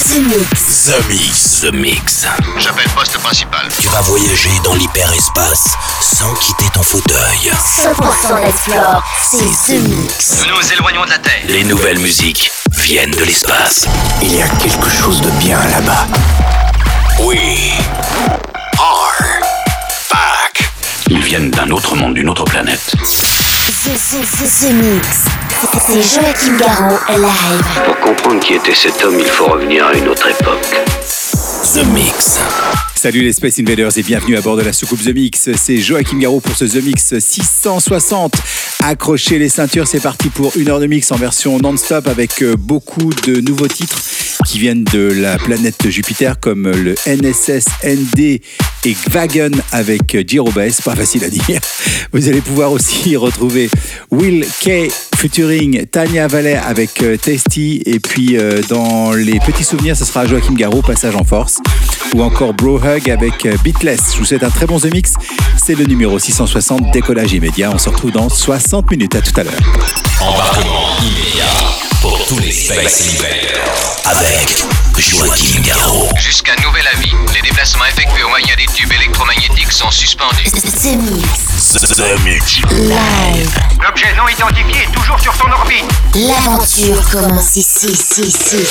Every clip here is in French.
The Mix. The Mix. The Mix. J'appelle poste principal. Tu vas voyager dans l'hyperespace sans quitter ton fauteuil. 100% d'explore, c'est The Mix. Nous nous éloignons de la Terre. Les nouvelles musiques viennent de l'espace. Il y a quelque chose de bien là-bas. We are back. Ils viennent d'un autre monde, d'une autre planète. The Mix. C'est Joachim Garraud live. Pour comprendre qui était cet homme, il faut revenir à une autre époque. The Mix. Salut les Space Invaders et bienvenue à bord de la soucoupe The Mix. C'est Joachim Garraud pour ce The Mix 660. Accrochez les ceintures, c'est parti pour une heure de mix en version non-stop avec beaucoup de nouveaux titres qui viennent de la planète Jupiter comme le NSS ND et Gwagon avec Giro Bass, pas facile à dire. Vous allez pouvoir aussi retrouver Will K featuring Tania Vallet avec Tasty et puis dans les petits souvenirs ce sera Joachim Garraud, Passage en Force ou encore Bro Hug avec Beatless. Je vous souhaite un très bon The Mix, c'est le numéro 660, décollage immédiat. On se retrouve dans 60 minutes, à tout à l'heure. Embarquement immédiat pour tous les Space Invaders avec Joachim Garraud. Jusqu'à nouvel avis, les déplacements effectués au moyen des tubes électromagnétiques sont suspendus. The Mix. The Mix. Live. L'objet non identifié est toujours sur son orbite. L'aventure commence ici.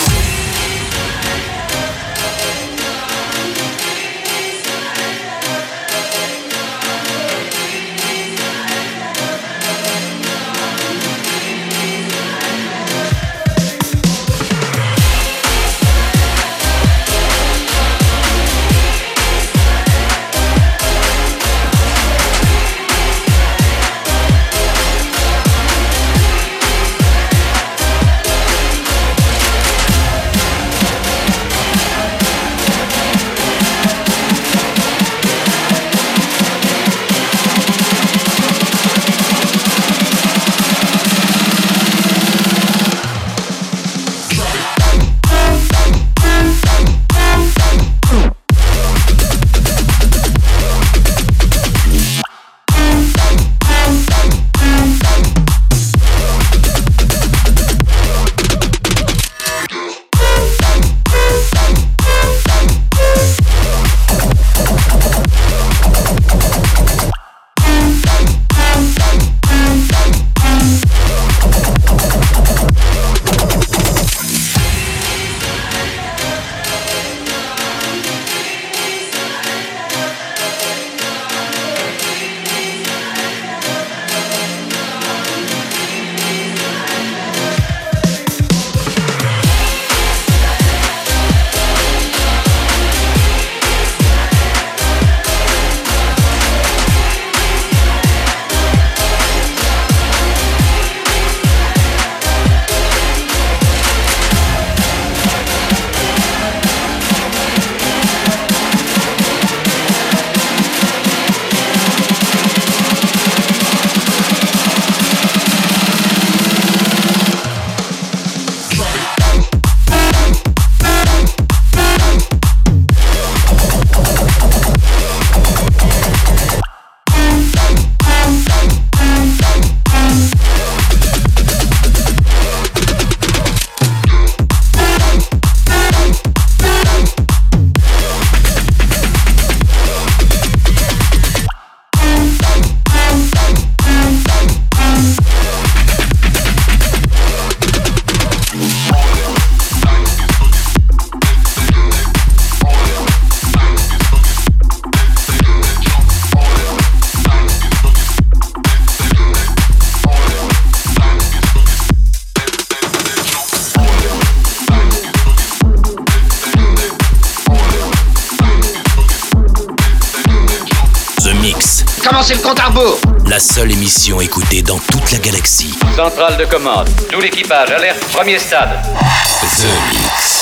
Commencez le compte à rebours. La seule émission écoutée dans toute la galaxie. Centrale de commande. Tout l'équipage, alerte, premier stade. The Mix.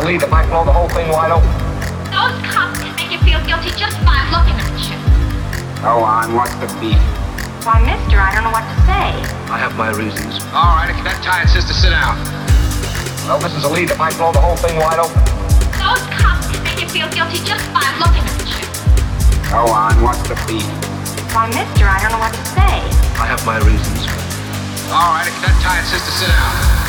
lead if I blow the whole thing wide open? Those cops can make you feel guilty just by looking at you. Go on, what's the beef? Why, mister, I don't know what to say. I have my reasons. All right, if you're that tired, sister, sit down. Well, this is a lead if I blow the whole thing wide open. Those cops can make you feel guilty just by looking at you. Go on, what's the beef? Why, mister, I don't know what to say. I have my reasons. All right, if you're that tired, sister, sit down.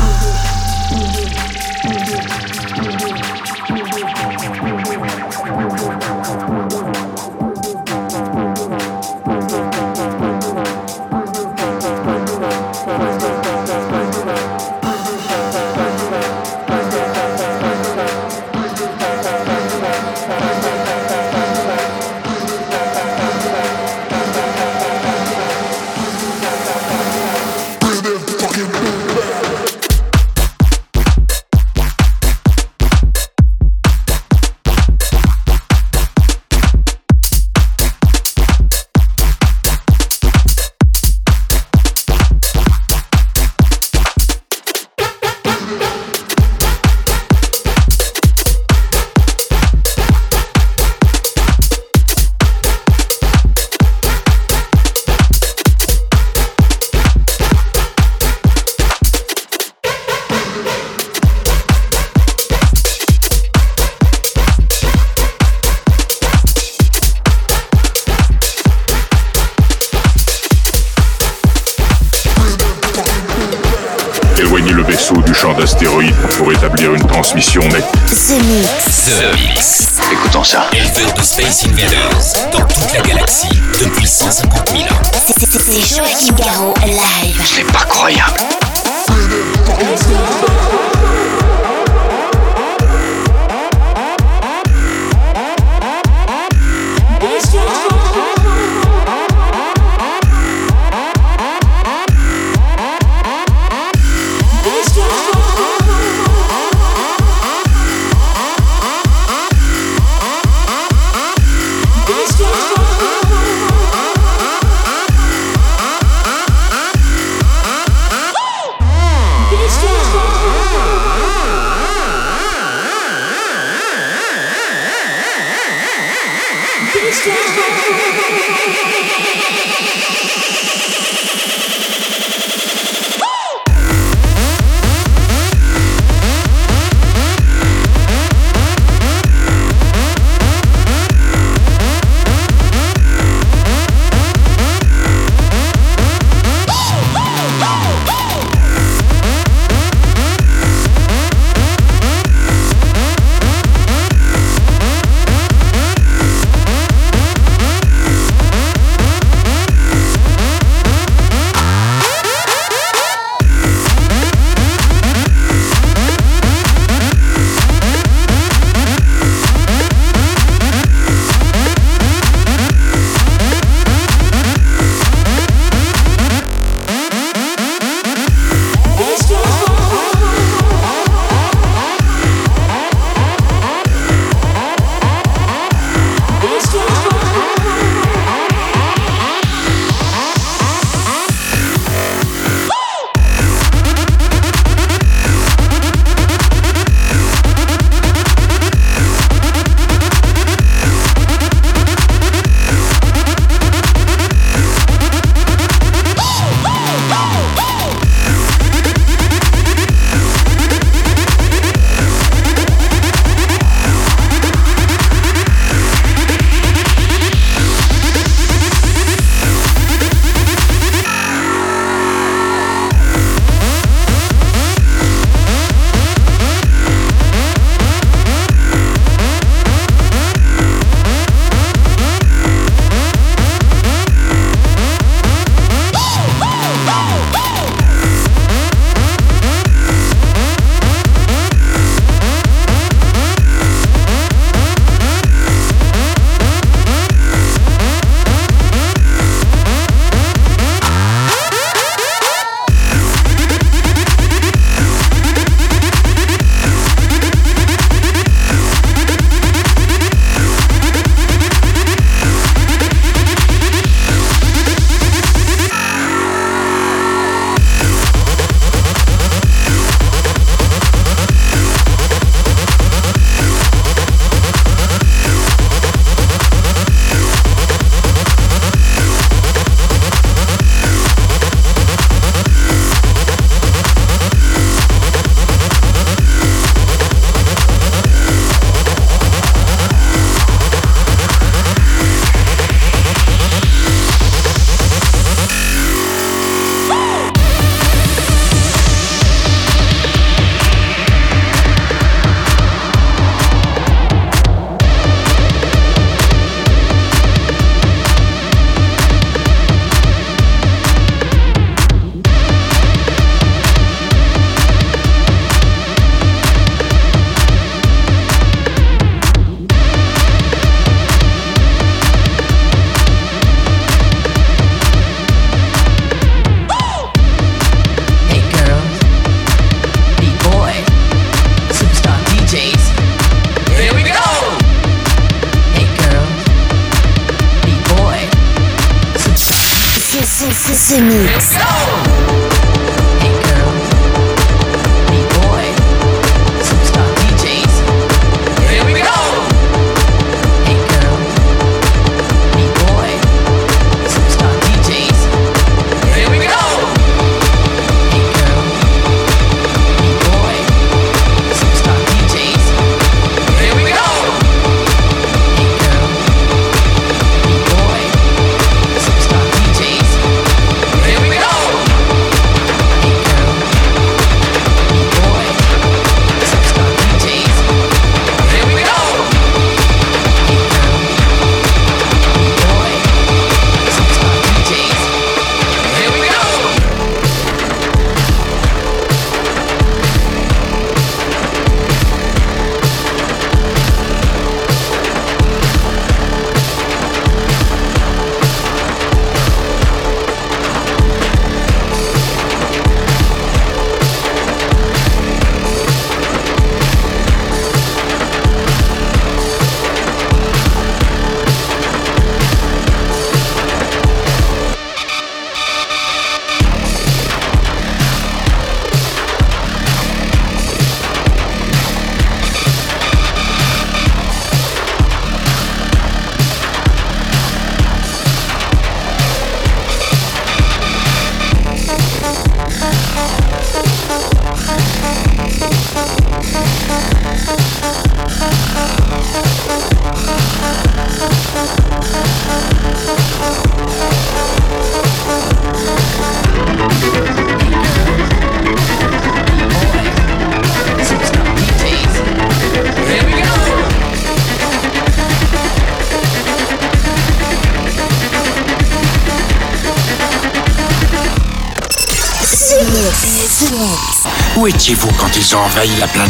Du champ d'astéroïdes pour établir une transmission nette. The Mix. Écoutons ça. Éleveur de Space Invaders dans toute la galaxie depuis 150 000 ans. C'est Joachim Garraud live. C'est pas croyable. The Mix. Où étiez-vous quand ils ont envahi la planète ?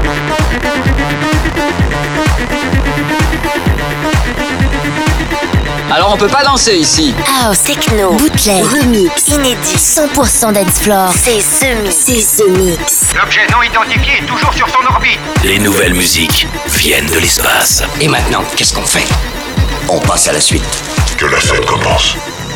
Alors on peut pas danser ici. House, techno, bootleg, remix, inédit, 100% dance floor. C'est The Mix. L'objet non identifié est toujours sur son orbite. Les nouvelles musiques viennent de l'espace. Et maintenant, qu'est-ce qu'on fait? On passe à la suite. Que la fête commence.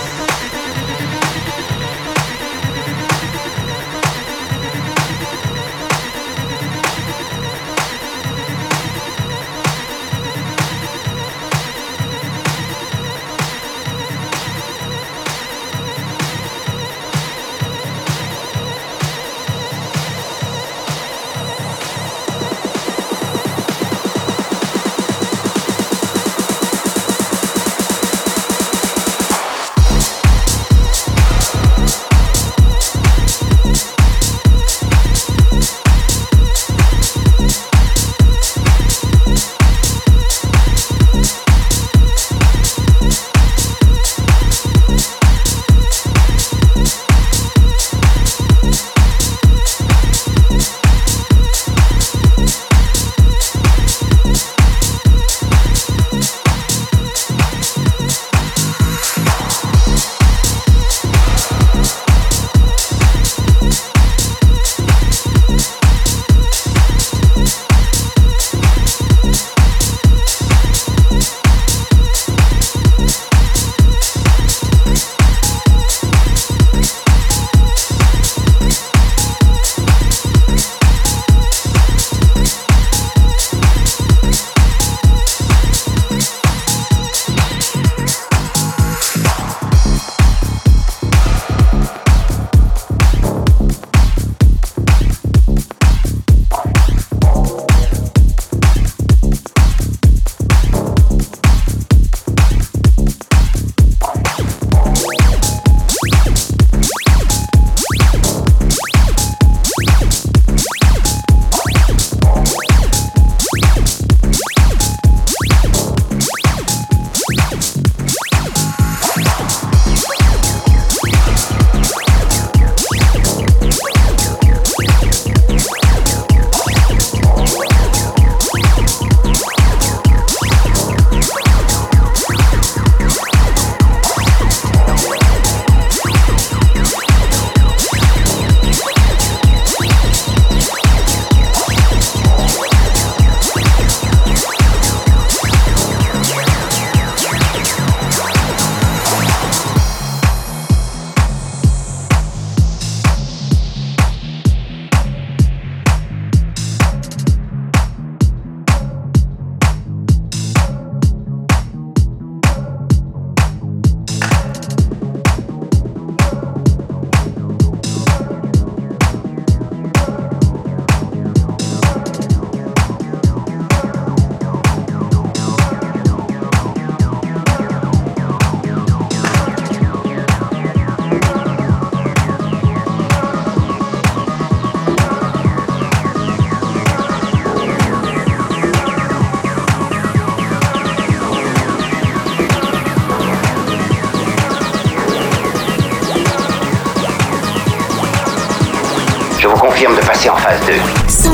Je vous confirme de passer en phase 2.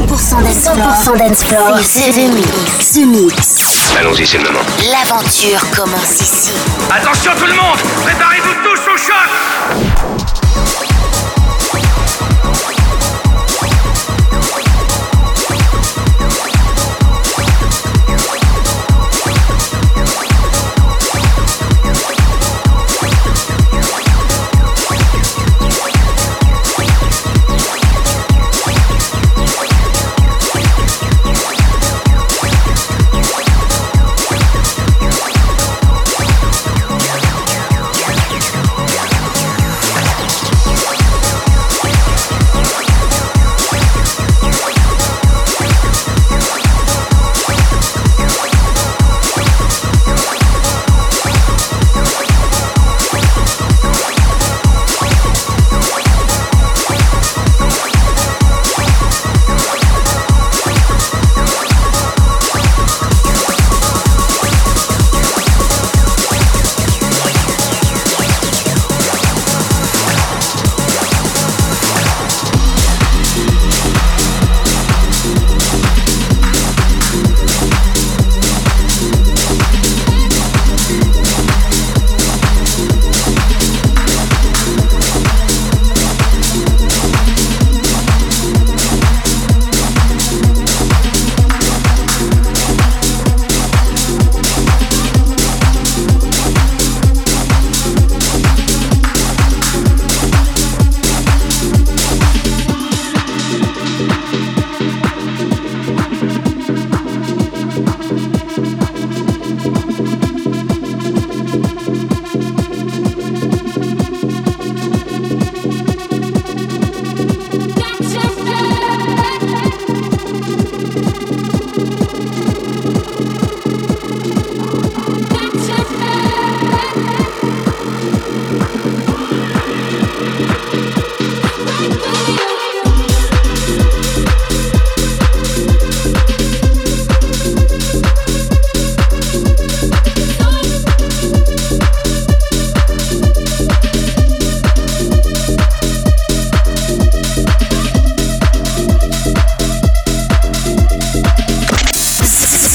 100% dance floor. C'est The Mix. Allons-y, c'est le moment. L'aventure commence ici. Attention tout le monde, préparez-vous tous au choc.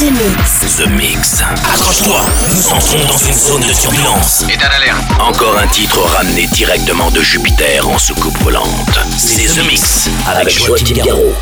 The Mix. The Mix. Accroche-toi, nous entrons dans une zone de turbulence. État d'alerte. Encore un titre ramené directement de Jupiter en soucoupe volante. C'est The Mix avec Joachim Garraud.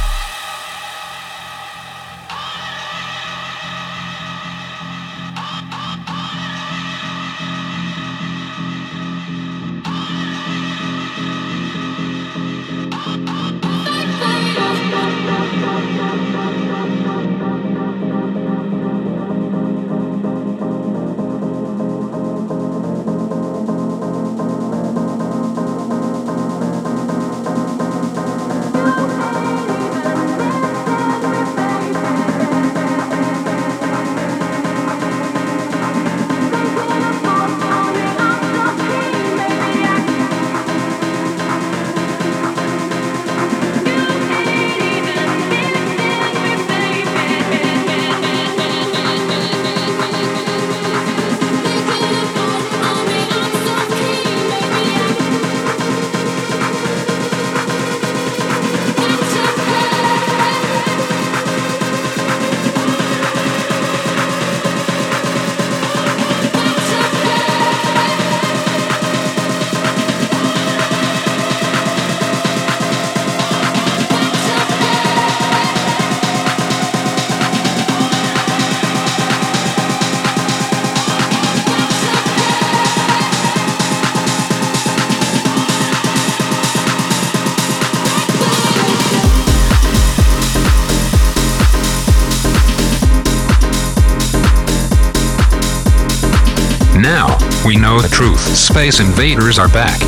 Now, we know the truth. Space Invaders are back.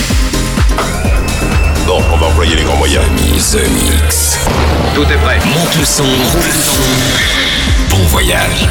Bon, on va employer les grands moyens. The Mix. Tout est prêt. Monte le son. Bon voyage.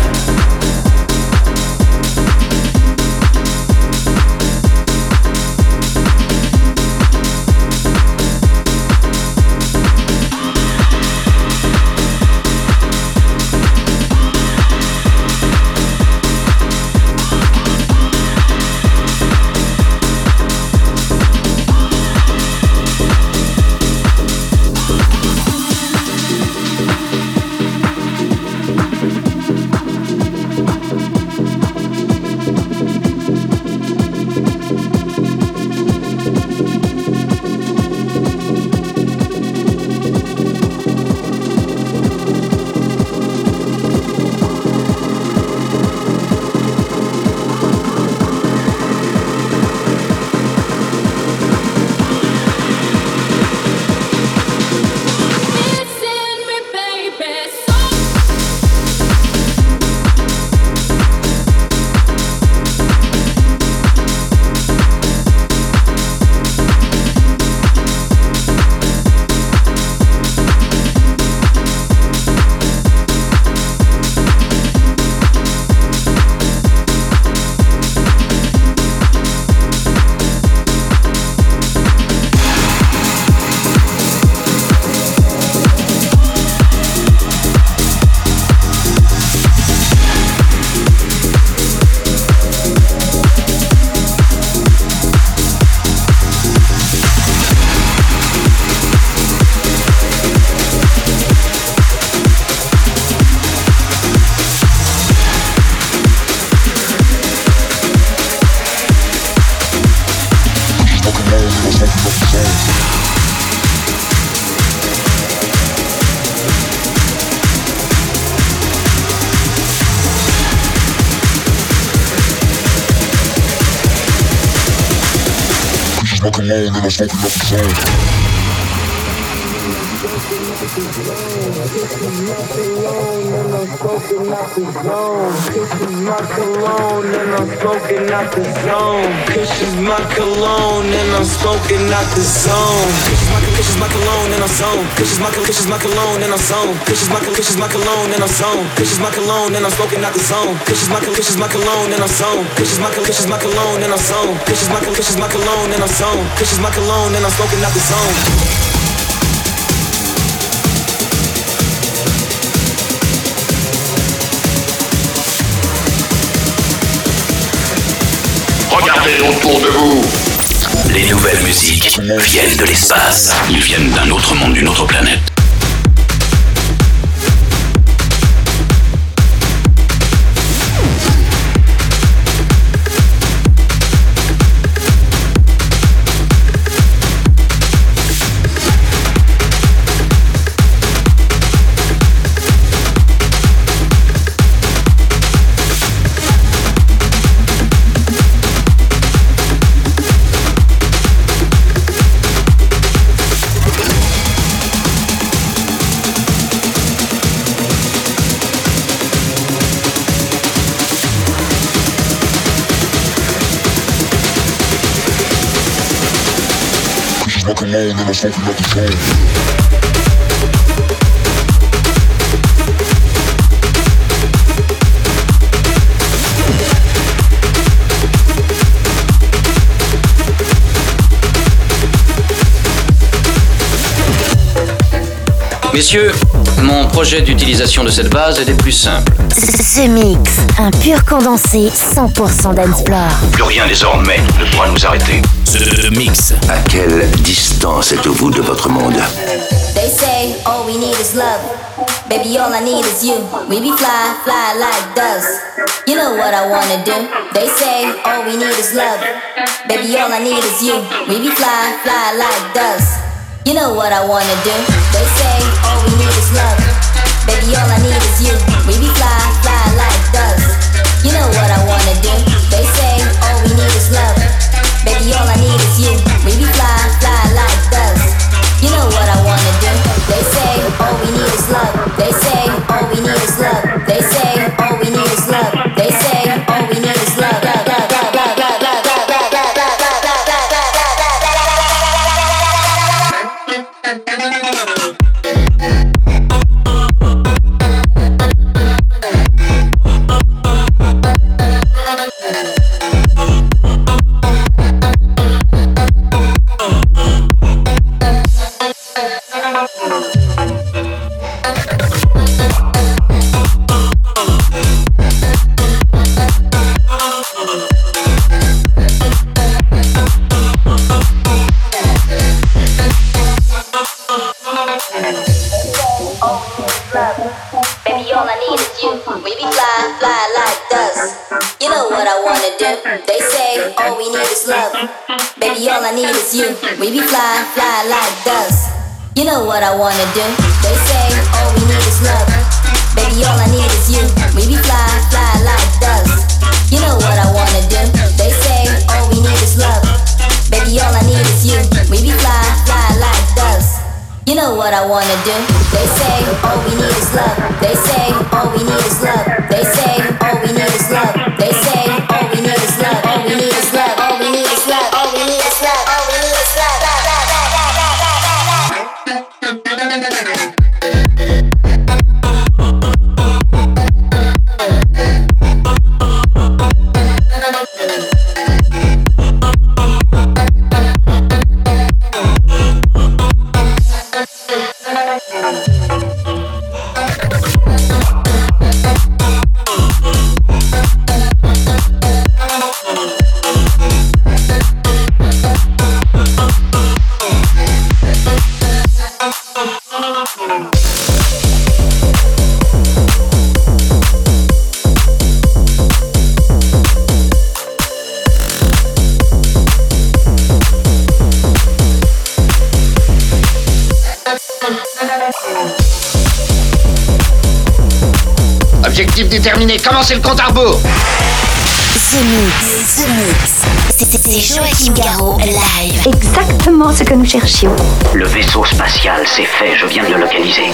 alone and I'm smoking up the zone. Kisses my cologne and I'm smoking out the zone. Kisses my cologne and I'm smoking out the zone. Kisses my cologne and I'm zone. Kisses my cologne and I'm zone. Kisses my cologne and I'm zone. Kisses my cologne and I'm smoking out the zone. Kisses my cologne and I'm zone. Kisses my cologne and I'm zone. Kisses my cologne and I'm zone. Kisses my cologne and I'm smoking out the zone. Regardez autour de vous. Les nouvelles musiques viennent de l'espace. Ils viennent d'un autre monde, d'une autre planète. alone and I'm smoking up the zone. Messieurs, mon projet d'utilisation de cette base est des plus simples. The Mix, un pur condensé 100% dancefloor. Plus rien désormais ne pourra nous arrêter. The Mix. À quelle distance êtes-vous de votre monde? They say all we need is love. Baby, all I need is you. We be fly, fly like doves. You know what I wanna do. They say all we need is love. Baby, all I need is you. We be fly, fly like doves. You know what I wanna do. They say all we need is love. Baby, all I need is you. We be fly, fly like doves. You know what I wanna do. They say all we need is love. Baby, all I need is you. We be fly, fly like doves. You know what I wanna do. They say all we need is love. They say all we need is love. They say all we need is love. They say all we need is love. We be fly, fly like doves. You know what I wanna do. They say all we need is love. Baby, all I need is you. We be fly, fly like doves. You know what I wanna do. They say all we need is love. Baby, all I need is you. We be fly, fly like doves. You know what I wanna do. They say all we need is love. They say all we need is love. They say all we need is love. They say all we need is love. All we need is love. All we need is love. All we need is love. All we need is love. Objectif déterminé, commencez le compte à rebours. The Mix. C'est Joachim Garraud live. Exactement ce que nous cherchions. Le vaisseau spatial, c'est fait, je viens de le localiser.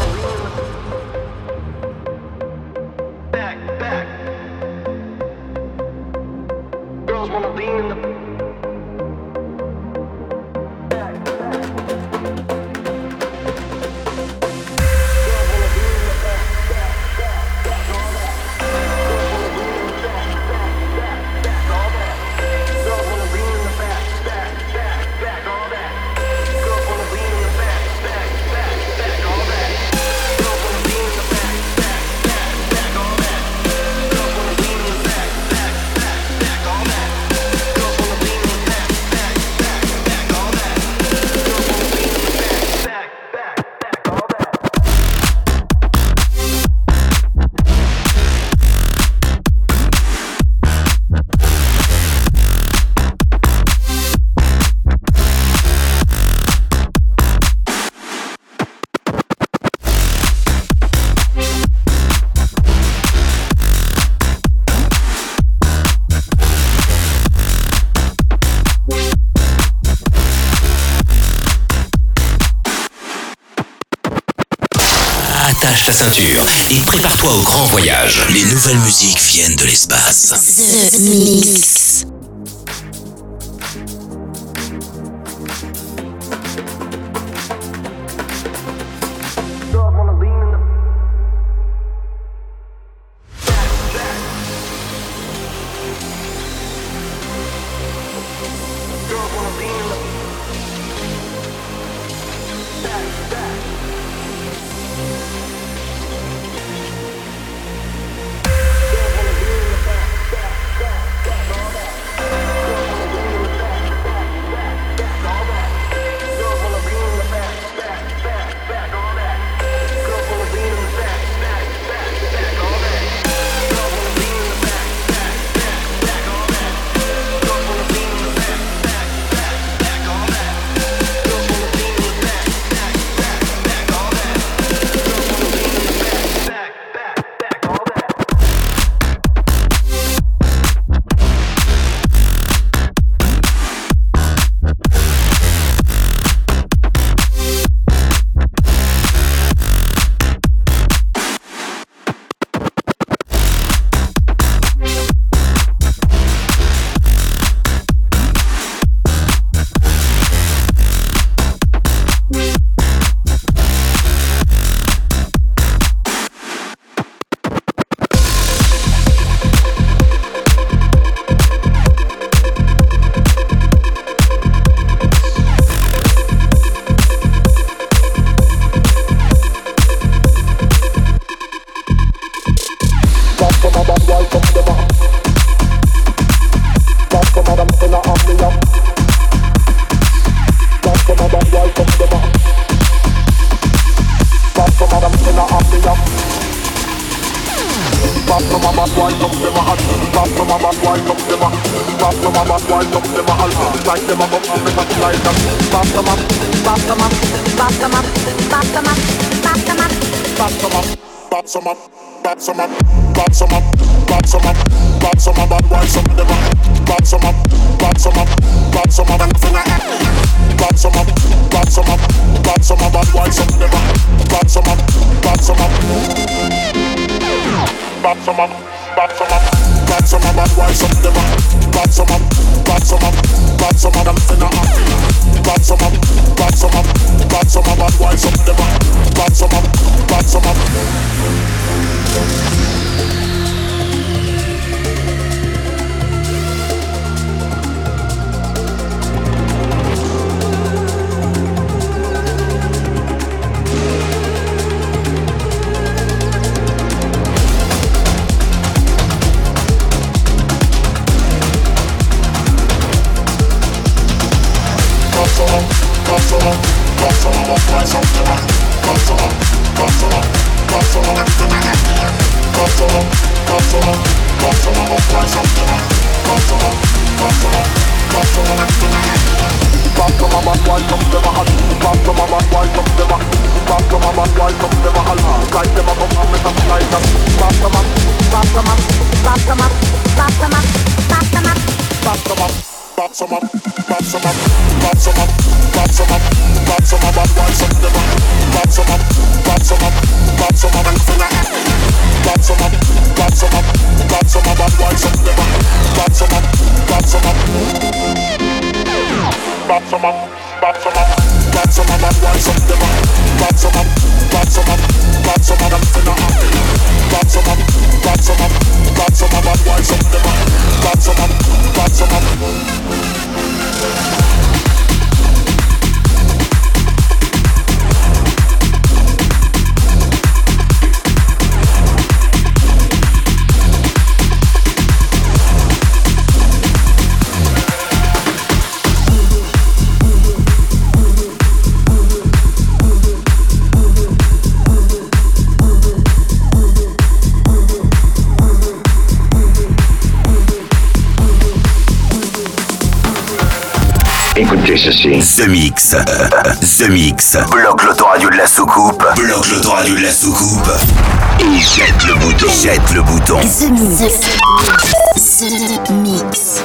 Attache ta ceinture et prépare-toi au grand voyage. Les nouvelles musiques viennent de l'espace. The Mix. Pop some of bad boys up them a hot. Pop some of bad boys up them a. Pop some of bad boys up them a hot. Like them a go and make a slide up. Pop some up, pop some up, pop some up, pop some up, pop some up, pop some up, pop some up, pop some up, pop some up, pop some up, pop some of bad boys up them a. Pop some up, pop some up, pop some up, pop some up, pop some up, pop some of bad boys up them a. Pop some up, pop some up. Pop some up, pop some up, pop some of bad boys up them a. Pop some up, pop some up, pop some of them finna up. Pop some up, pop some up, pop some of bad boys up them a. Pop some up, pop some up. Écoutez ceci. The Mix. The Mix. Bloque l'autoradio de la soucoupe. Bloque l'autoradio de la soucoupe. Et jette le bouton. Jette le bouton. The Mix. The Mix.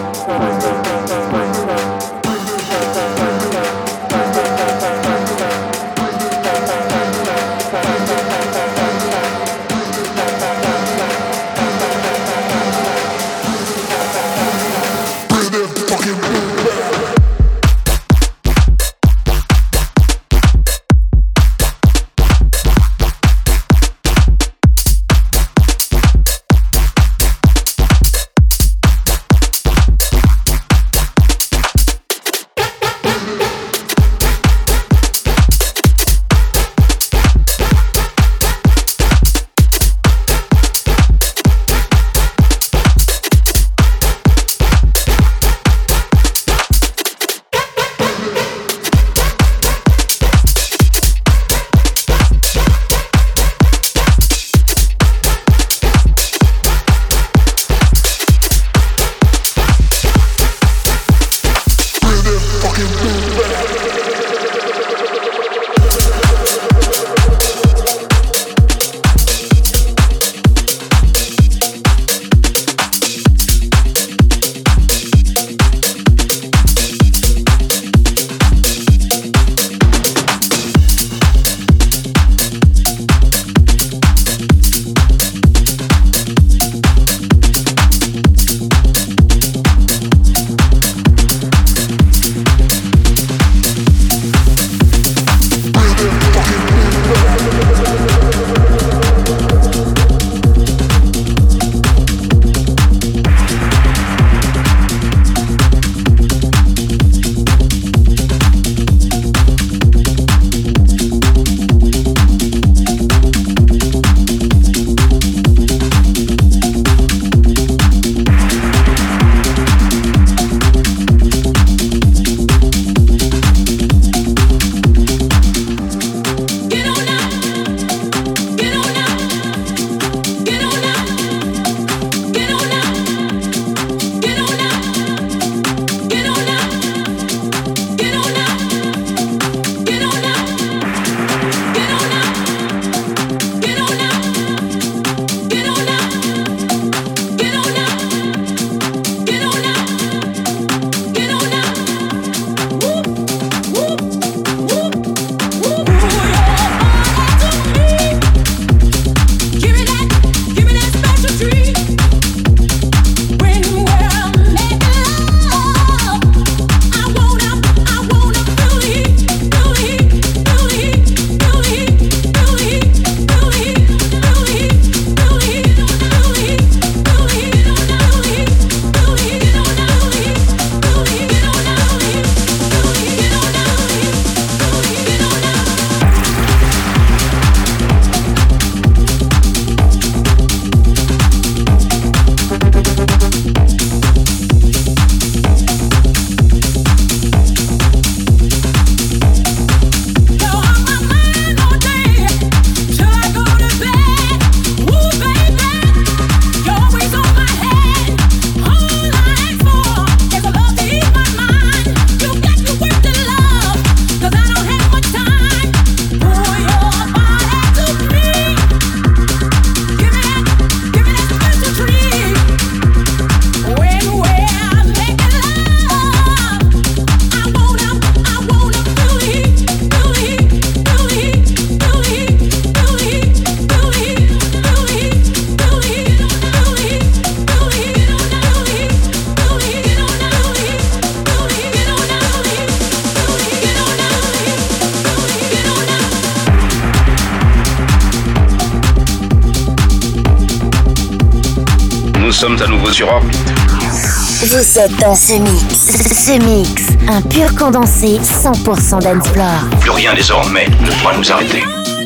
Nous sommes à nouveau sur orbite. Vous êtes dans ce mix, un pur condensé 100% dancefloor. Plus rien désormais ne pourra nous arrêter.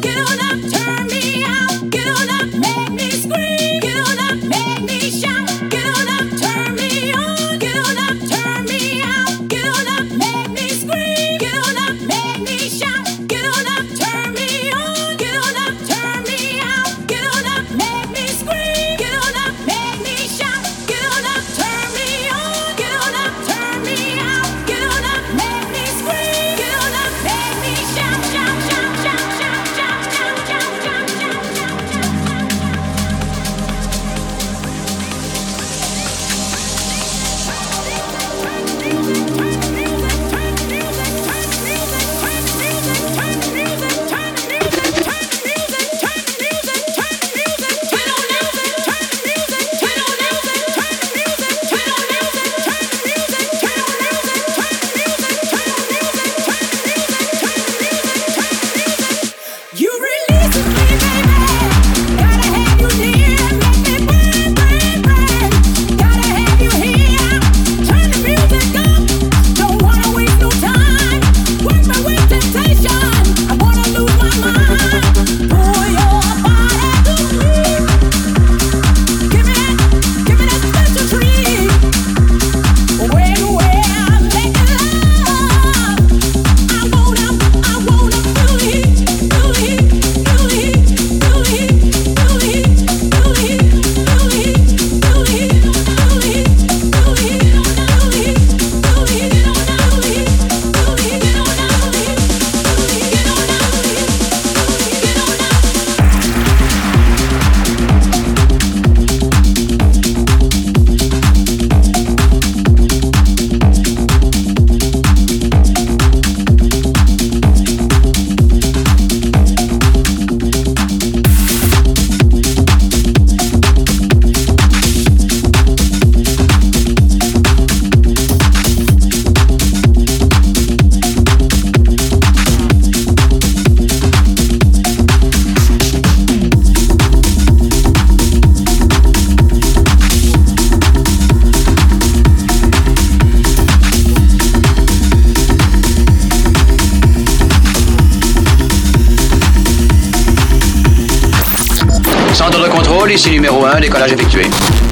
Centre de contrôle, ici numéro 1, décollage effectué.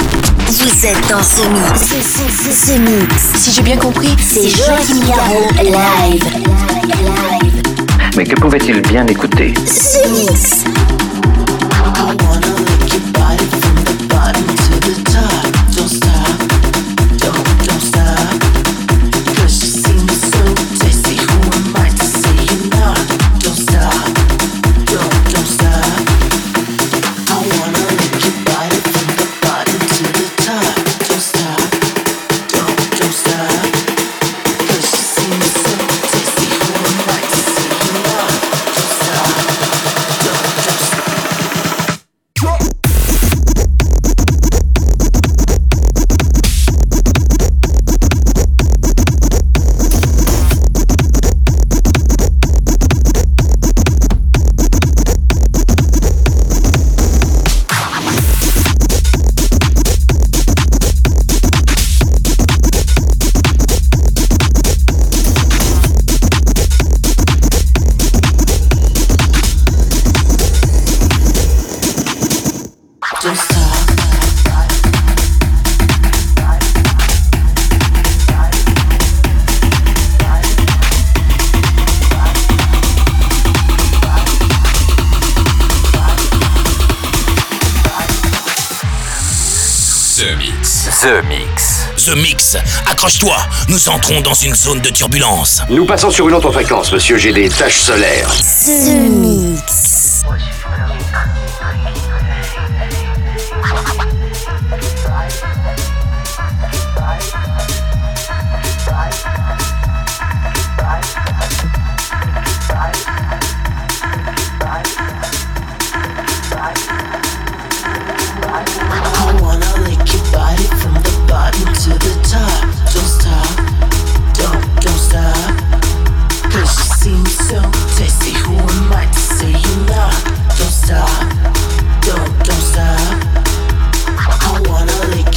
Vous êtes dans ce mix. Ce mix. Si j'ai bien compris, c'est Joachim Garraud live. Mais que pouvait-il bien écouter? Ce mix. The Mix, accroche-toi, nous entrons dans une zone de turbulence. Nous passons sur une autre fréquence, monsieur, j'ai des taches solaires. The Mix. Don't stop. I wanna lick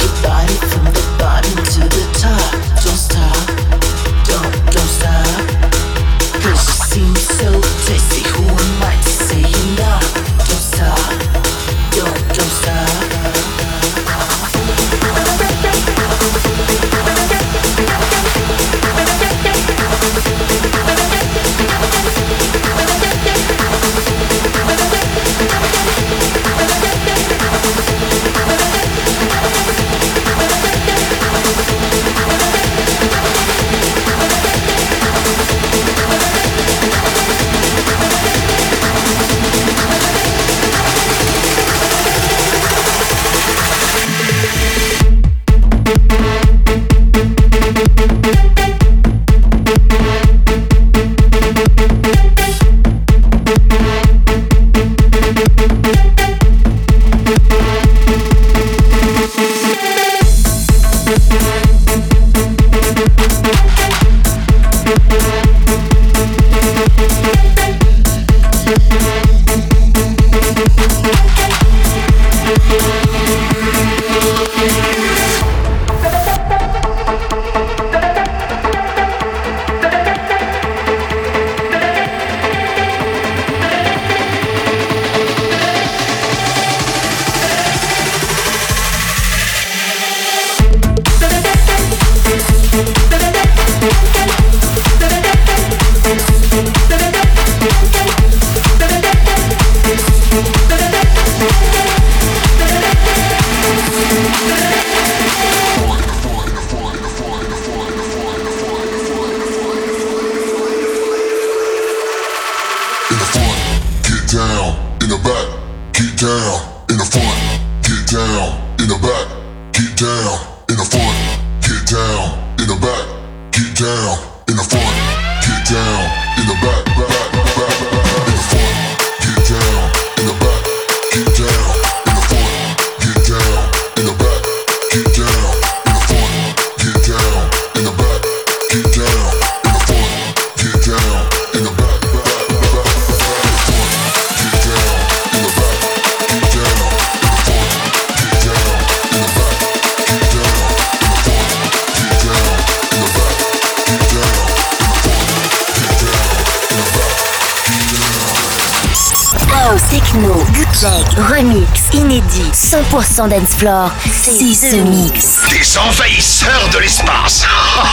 the front, get down in the back, get down in the front, get down in the back, get down in the front, get down in the back, in the front, get down in the back, get down in the front, get down in the back, get down in the front, get down in the back, get down in the front, get down in the back. Techno, bootleg, remix, inédit, 100% dance floor, c'est The Mix. Des envahisseurs de l'espace.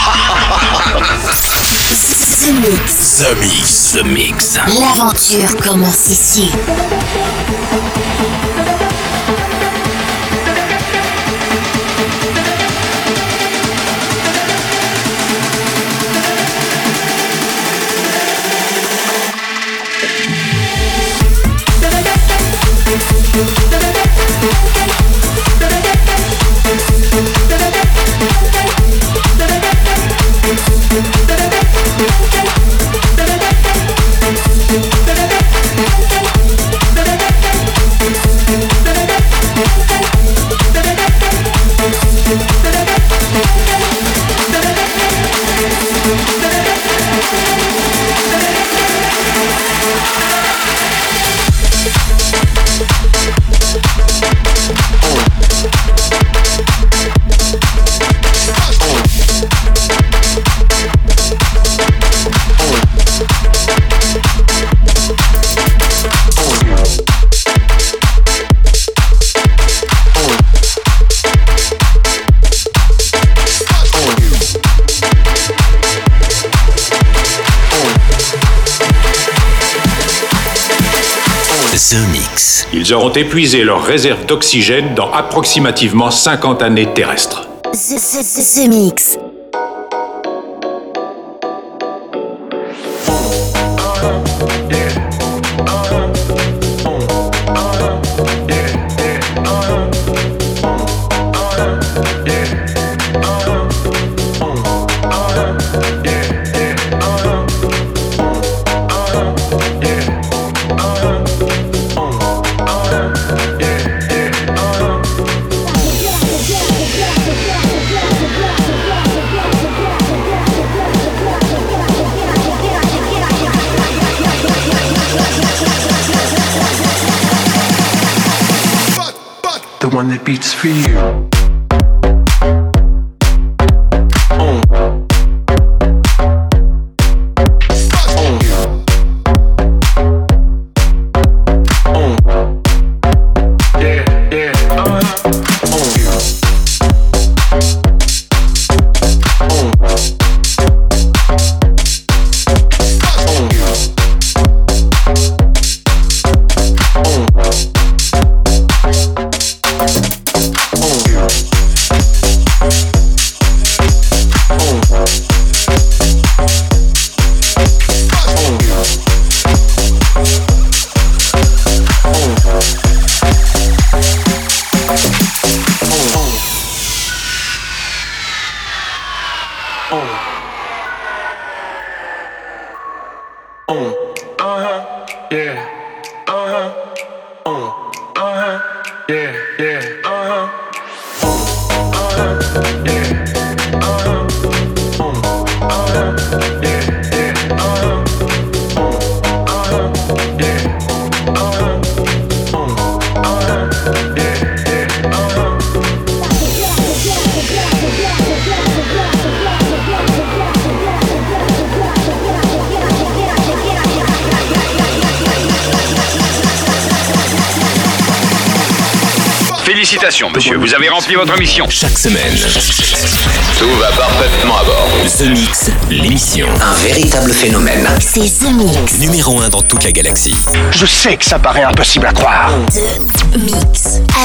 The Mix. The Mix. The Mix. L'aventure commence ici. Ils auront épuisé leurs réserves d'oxygène dans approximativement 50 années terrestres. The Mix. The one that beats for you. Félicitations, monsieur, vous avez rempli votre mission. Chaque semaine, tout va parfaitement à bord. The Mix, l'émission. Un véritable phénomène. C'est The Mix. Numéro 1 dans toute la galaxie. Je sais que ça paraît impossible à croire. The Mix.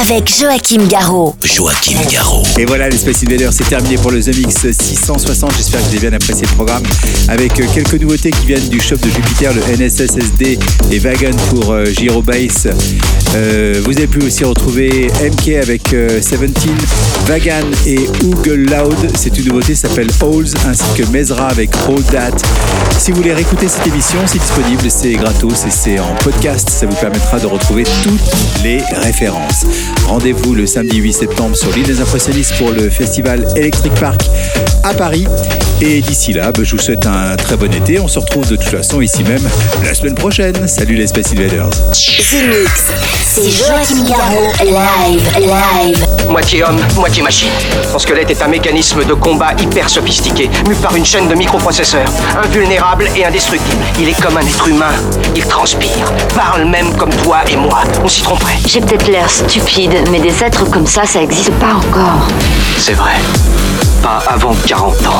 avec Joachim Garraud. Joachim Garraud. Et voilà, les Space Invaders, c'est terminé pour le The Mix 660. J'espère que vous avez bien apprécié le programme avec quelques nouveautés qui viennent du shop de Jupiter, le NSSSD et Vagan pour Giro Bass. Vous avez pu aussi retrouver MK avec 17, Vagan et Oogle Loud. C'est une nouveauté, ça s'appelle Holes, ainsi que Mezra avec All That. Si vous voulez réécouter cette émission, c'est disponible, c'est gratos et c'est en podcast. Ça vous permettra de retrouver toutes les références. Rendez-vous le samedi 8 septembre sur l'île des Impressionnistes pour le festival Electric Park à Paris. Et d'ici là, je vous souhaite un très bon été. On se retrouve de toute façon ici même la semaine prochaine. Salut les Space Invaders. The Mix, c'est Joachim Garraud live. Moitié homme, moitié machine. Son squelette est un mécanisme de combat hyper sophistiqué, mu par une chaîne de microprocesseurs, invulnérable et indestructible. Il est comme un être humain, il transpire, parle même comme toi et moi. On s'y tromperait. J'ai peut-être l'air stupide, mais des êtres comme ça n'existe pas encore. C'est vrai. Pas avant 40 ans.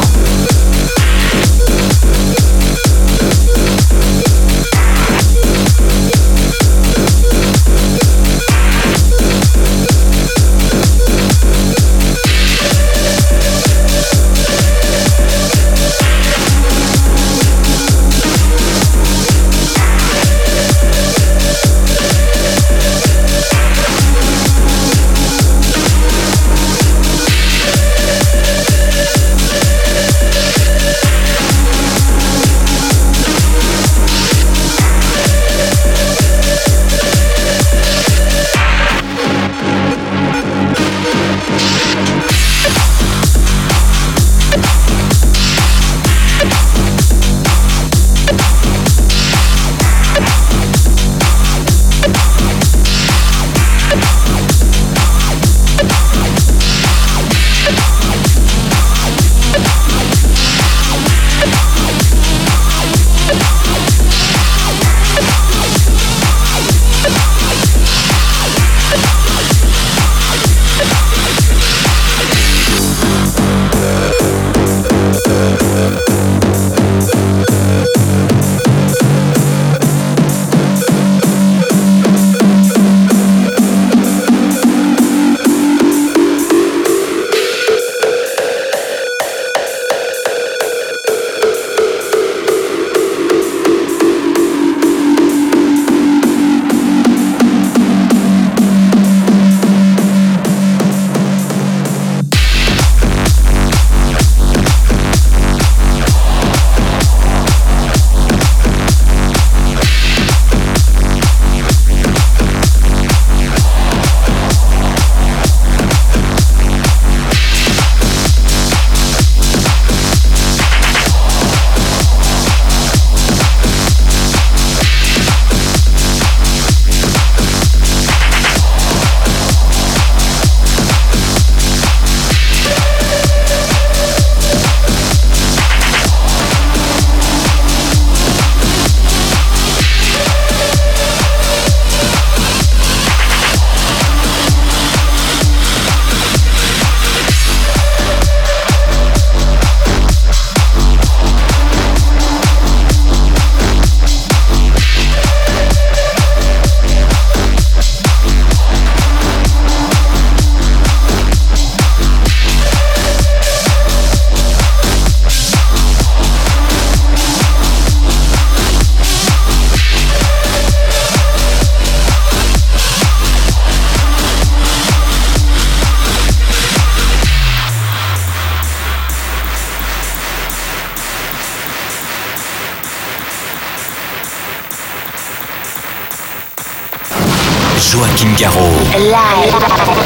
Joachim Garraud. Live.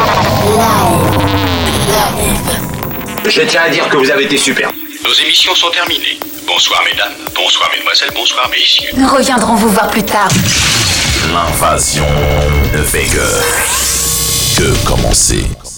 Je tiens à dire que vous avez été super. Nos émissions sont terminées. Bonsoir mesdames, bonsoir mesdemoiselles, bonsoir messieurs. Nous reviendrons vous voir plus tard. L'invasion ne fait que commencer.